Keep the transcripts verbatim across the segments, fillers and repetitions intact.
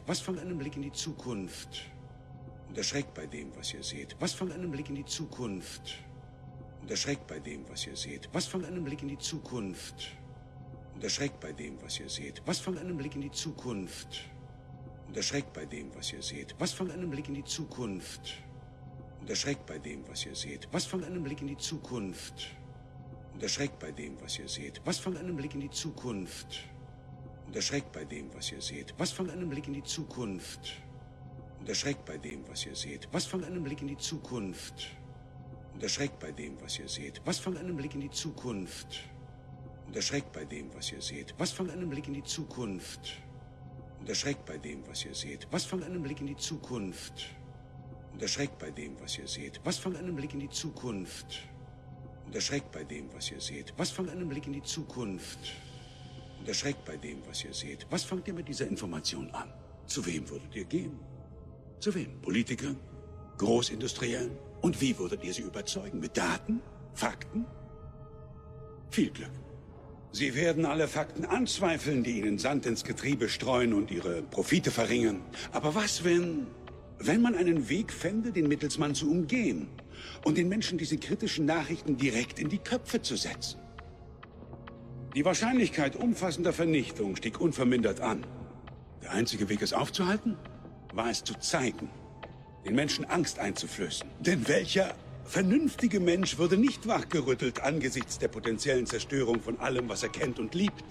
seht. Was von einem Blick in die Zukunft? Und erschreckt bei dem, was ihr seht. Was von einem Blick in die Zukunft? Und erschreckt bei dem, was ihr seht. Was von einem Blick in die Zukunft? Und erschreckt bei dem, was ihr seht. Was von einem Blick in die Zukunft? Und erschreckt bei dem, was ihr seht. Was von einem Blick in die Zukunft? Und erschreckt bei dem, was ihr seht. Was von einem Blick in die Zukunft? Und erschreckt bei dem, was ihr seht. Was von einem Blick in die Zukunft? Und erschreckt bei dem, was ihr seht. Was von einem Blick in die Zukunft? Und erschreckt bei dem, was ihr seht. Was von einem Blick in die Zukunft? Und erschreckt bei dem, was ihr seht. Was von einem Blick in die Zukunft? Und erschreckt bei dem, was ihr seht. Was von einem Blick in die Zukunft? Und erschreckt bei dem, was ihr seht. Was von einem Blick in die Zukunft? Und erschreckt bei dem, was ihr seht. Was von einem Blick in die Zukunft? Und erschreckt bei dem, was ihr seht. Was von einem Blick in die Zukunft? Und erschreckt bei dem, was ihr seht. Was fangt ihr mit dieser Information an? Zu wem würdet ihr gehen? Zu wem? Politiker? Großindustriellen? Und wie würdet ihr sie überzeugen? Mit Daten? Fakten? Viel Glück. Sie werden alle Fakten anzweifeln, die ihnen Sand ins Getriebe streuen und ihre Profite verringern. Aber was, wenn... wenn man einen Weg fände, den Mittelsmann zu umgehen und den Menschen diese kritischen Nachrichten direkt in die Köpfe zu setzen? Die Wahrscheinlichkeit umfassender Vernichtung stieg unvermindert an. Der einzige Weg, es aufzuhalten, war es zu zeigen, den Menschen Angst einzuflößen. Denn welcher vernünftige Mensch würde nicht wachgerüttelt angesichts der potenziellen Zerstörung von allem, was er kennt und liebt?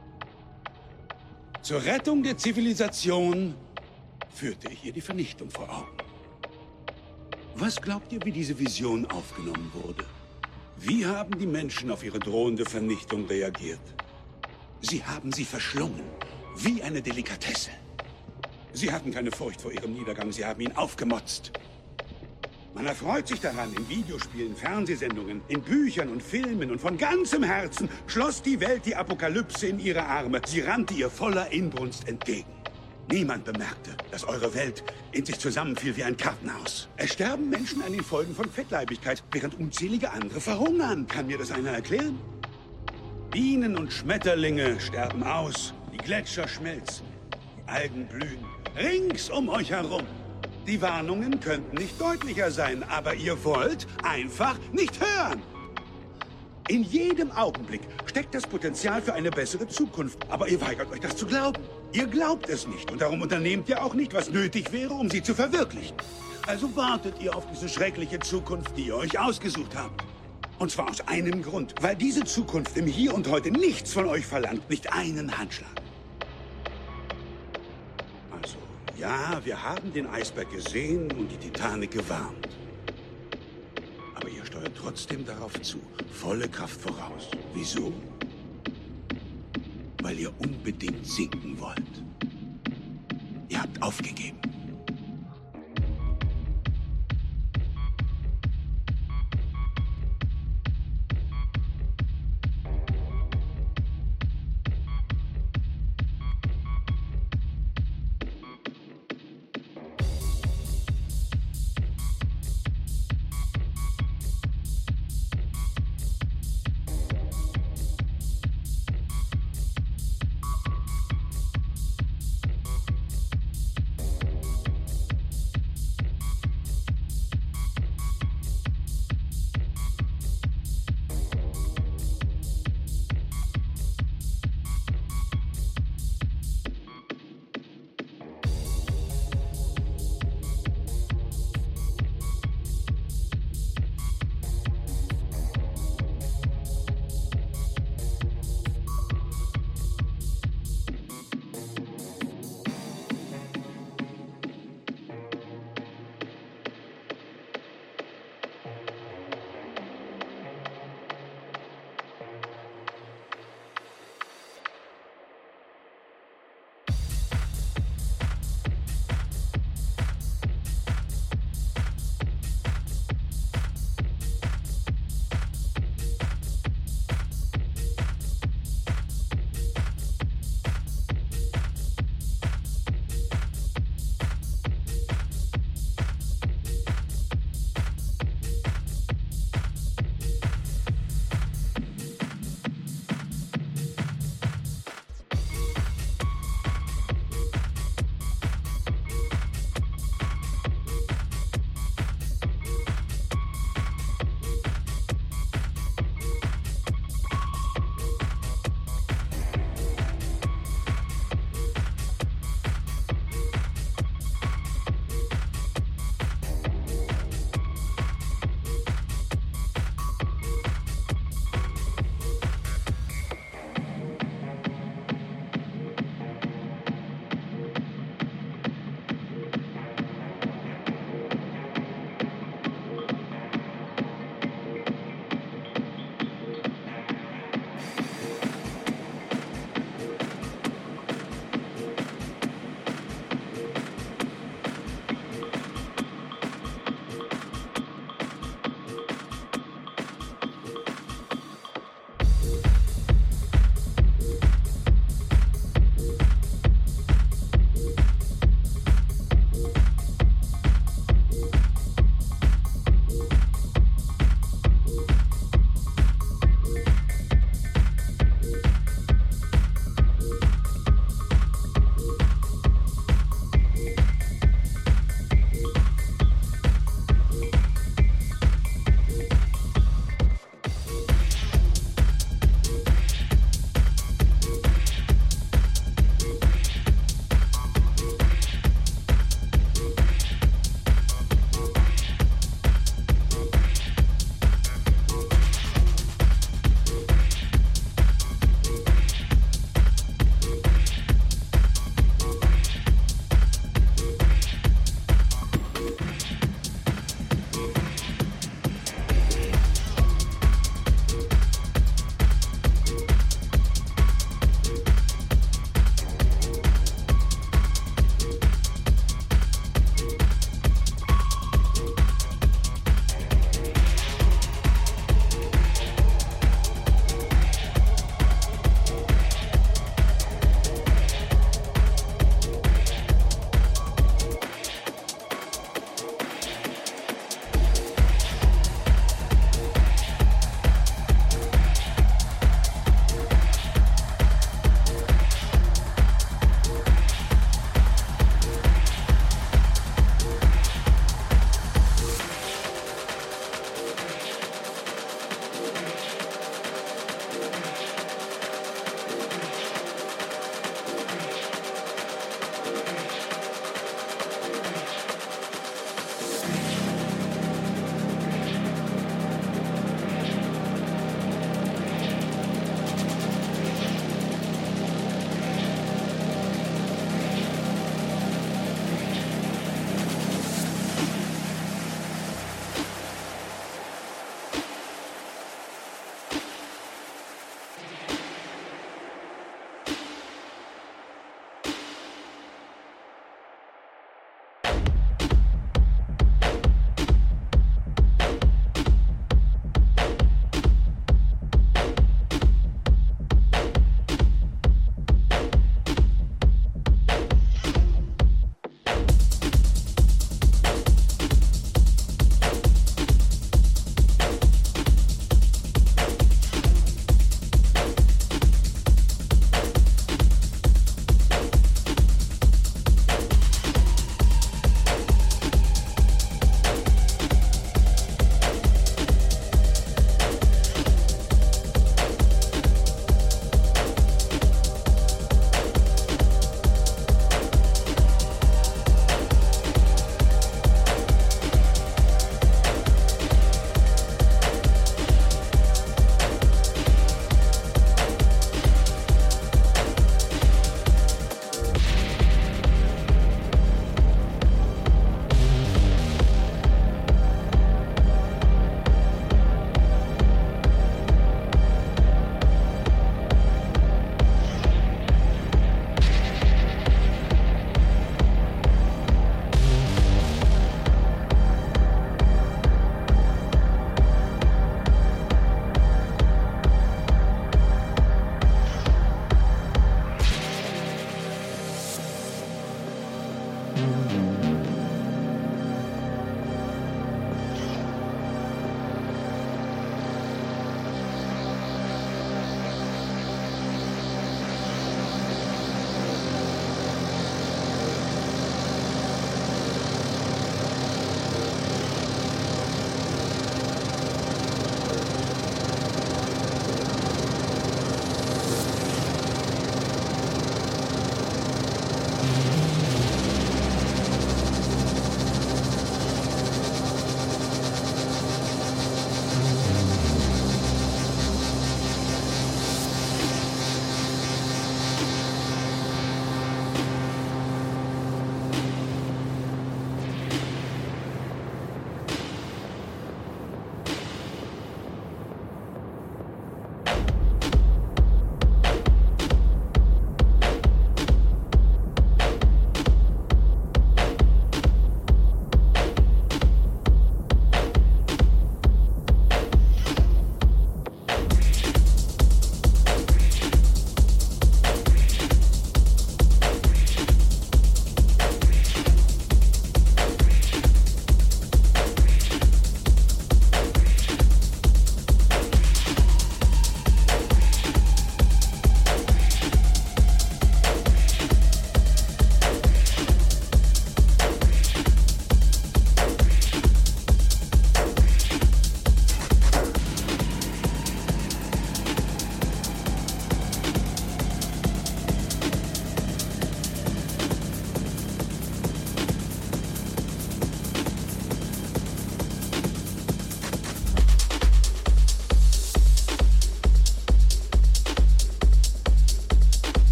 Zur Rettung der Zivilisation führte ich ihr die Vernichtung vor Augen. Was glaubt ihr, wie diese Vision aufgenommen wurde? Wie haben die Menschen auf ihre drohende Vernichtung reagiert? Sie haben sie verschlungen, wie eine Delikatesse. Sie hatten keine Furcht vor ihrem Niedergang, sie haben ihn aufgemotzt. Man erfreut sich daran, in Videospielen, Fernsehsendungen, in Büchern und Filmen, und von ganzem Herzen schloss die Welt die Apokalypse in ihre Arme. Sie rannte ihr voller Inbrunst entgegen. Niemand bemerkte, dass eure Welt in sich zusammenfiel wie ein Kartenhaus. Es sterben Menschen an den Folgen von Fettleibigkeit, während unzählige andere verhungern. Kann mir das einer erklären? Bienen und Schmetterlinge sterben aus, die Gletscher schmelzen, die Algen blühen, rings um euch herum. Die Warnungen könnten nicht deutlicher sein, aber ihr wollt einfach nicht hören. In jedem Augenblick steckt das Potenzial für eine bessere Zukunft, aber ihr weigert euch, das zu glauben. Ihr glaubt es nicht und darum unternehmt ihr auch nicht, was nötig wäre, um sie zu verwirklichen. Also wartet ihr auf diese schreckliche Zukunft, die ihr euch ausgesucht habt. Und zwar aus einem Grund, weil diese Zukunft im Hier und Heute nichts von euch verlangt, nicht einen Handschlag. Also, ja, wir haben den Eisberg gesehen und die Titanic gewarnt. Aber ihr steuert trotzdem darauf zu, volle Kraft voraus. Wieso? Weil ihr unbedingt sinken wollt. Ihr habt aufgegeben.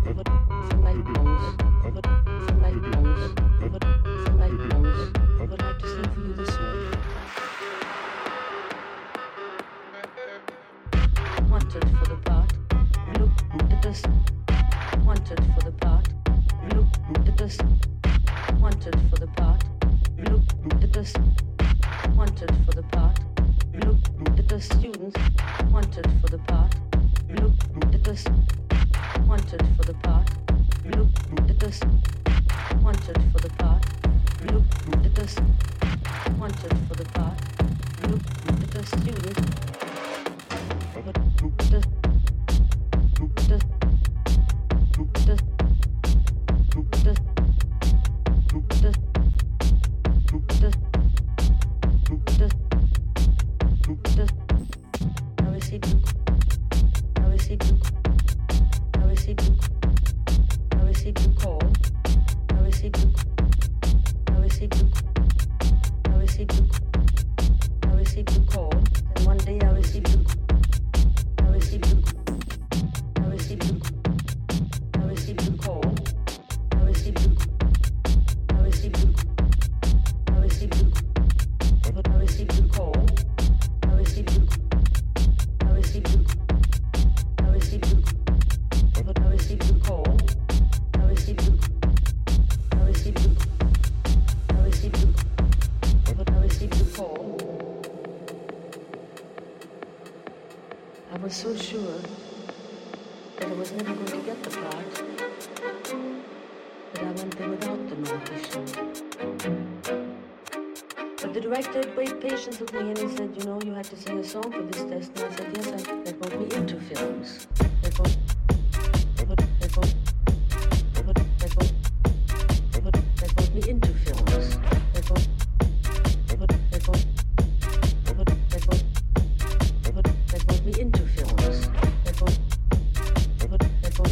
With me and he said, you know, you had to sing a song for this test. And I said, yes, I, that brought me into films. That brought, that brought, that brought, that brought, that brought, that brought, that brought me into films. That brought, that brought, that brought, that brought, that brought, that brought, that brought me into films. That brought, that brought, that brought,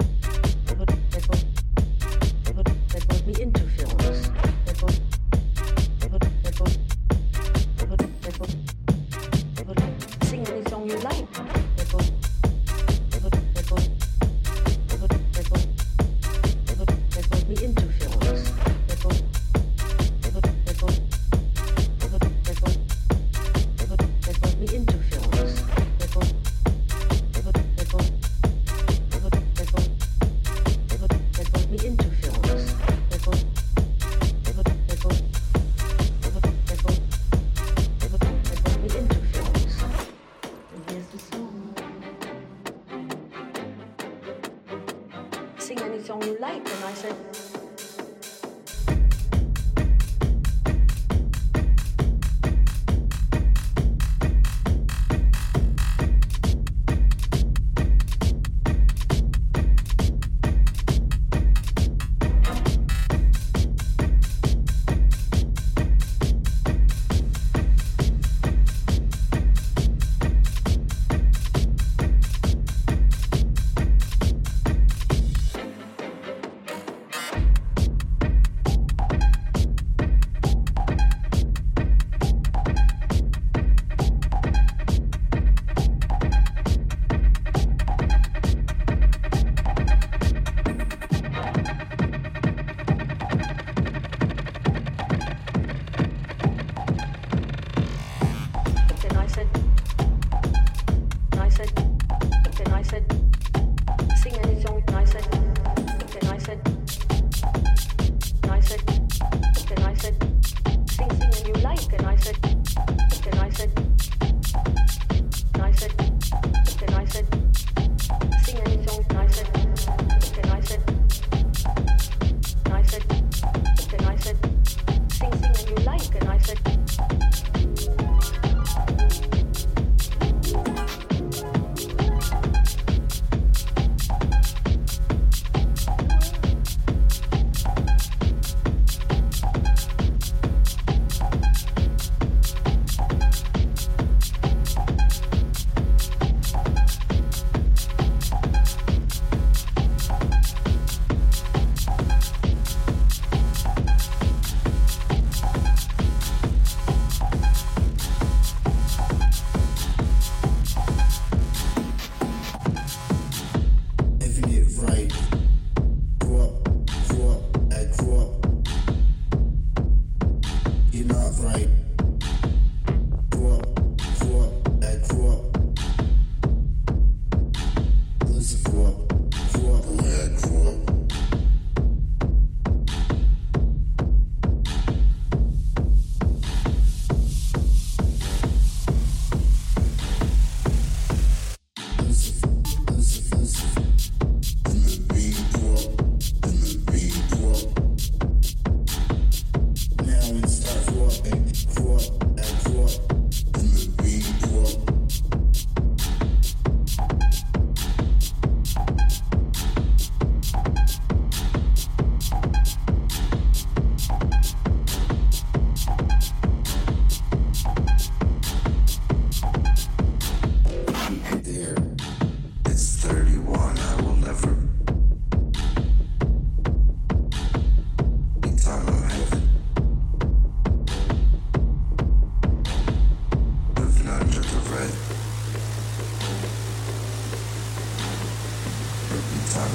that brought, that brought, that brought, that brought me into films. That brought, that brought, that brought. Sing any song you like. That brought, that brought, that brought, that brought, that brought, that brought, that brought me into films. That brought, that brought, that brought, that brought, that brought, that brought, that brought me into films. That brought, that brought, that brought, that brought, that brought, that brought, that brought me into films. That brought, that brought, that brought, that brought, that brought, that brought, that brought me into films. And here's the song. Sing any song you like. And I said,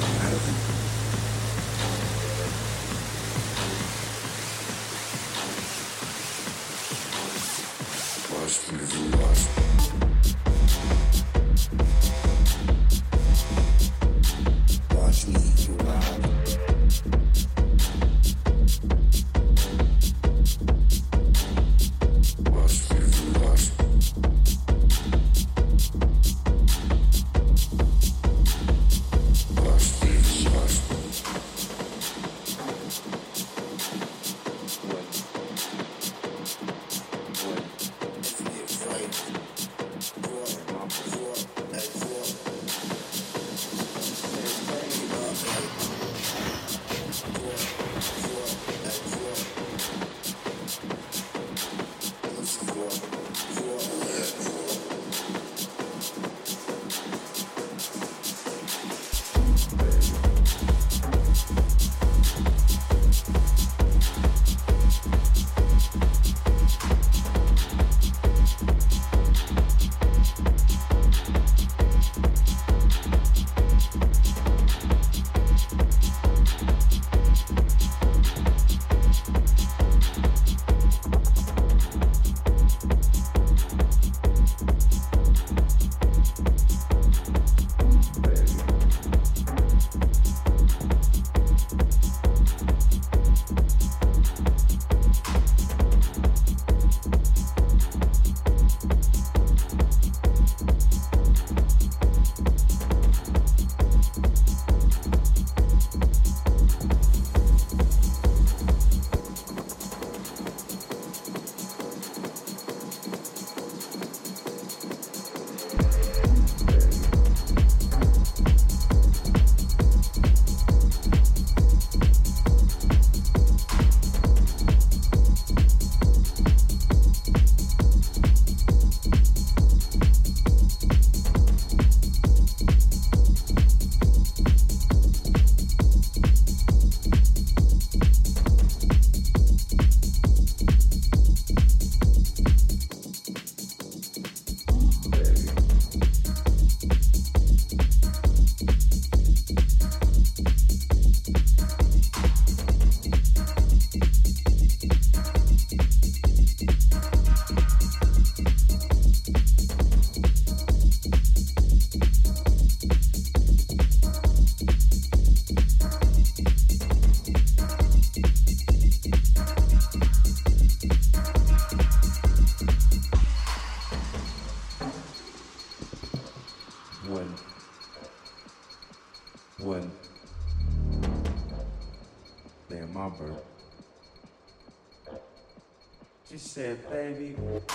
She said, baby.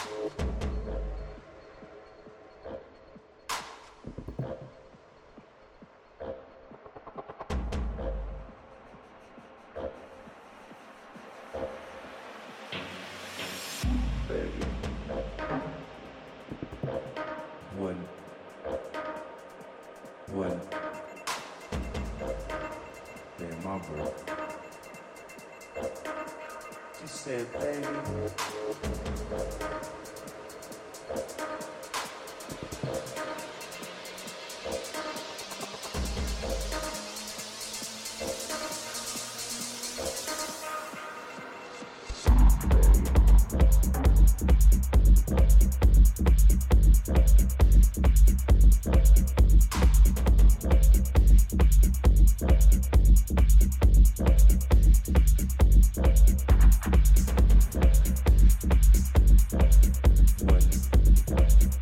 When, when they're my birth. She said, baby. When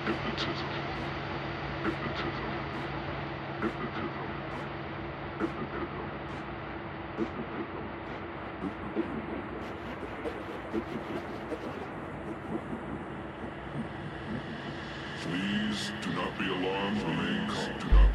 Hypnotism. Hypnotism. Hypnotism. Hypnotism. Hypnotism. Please do not be alarmed. Please do not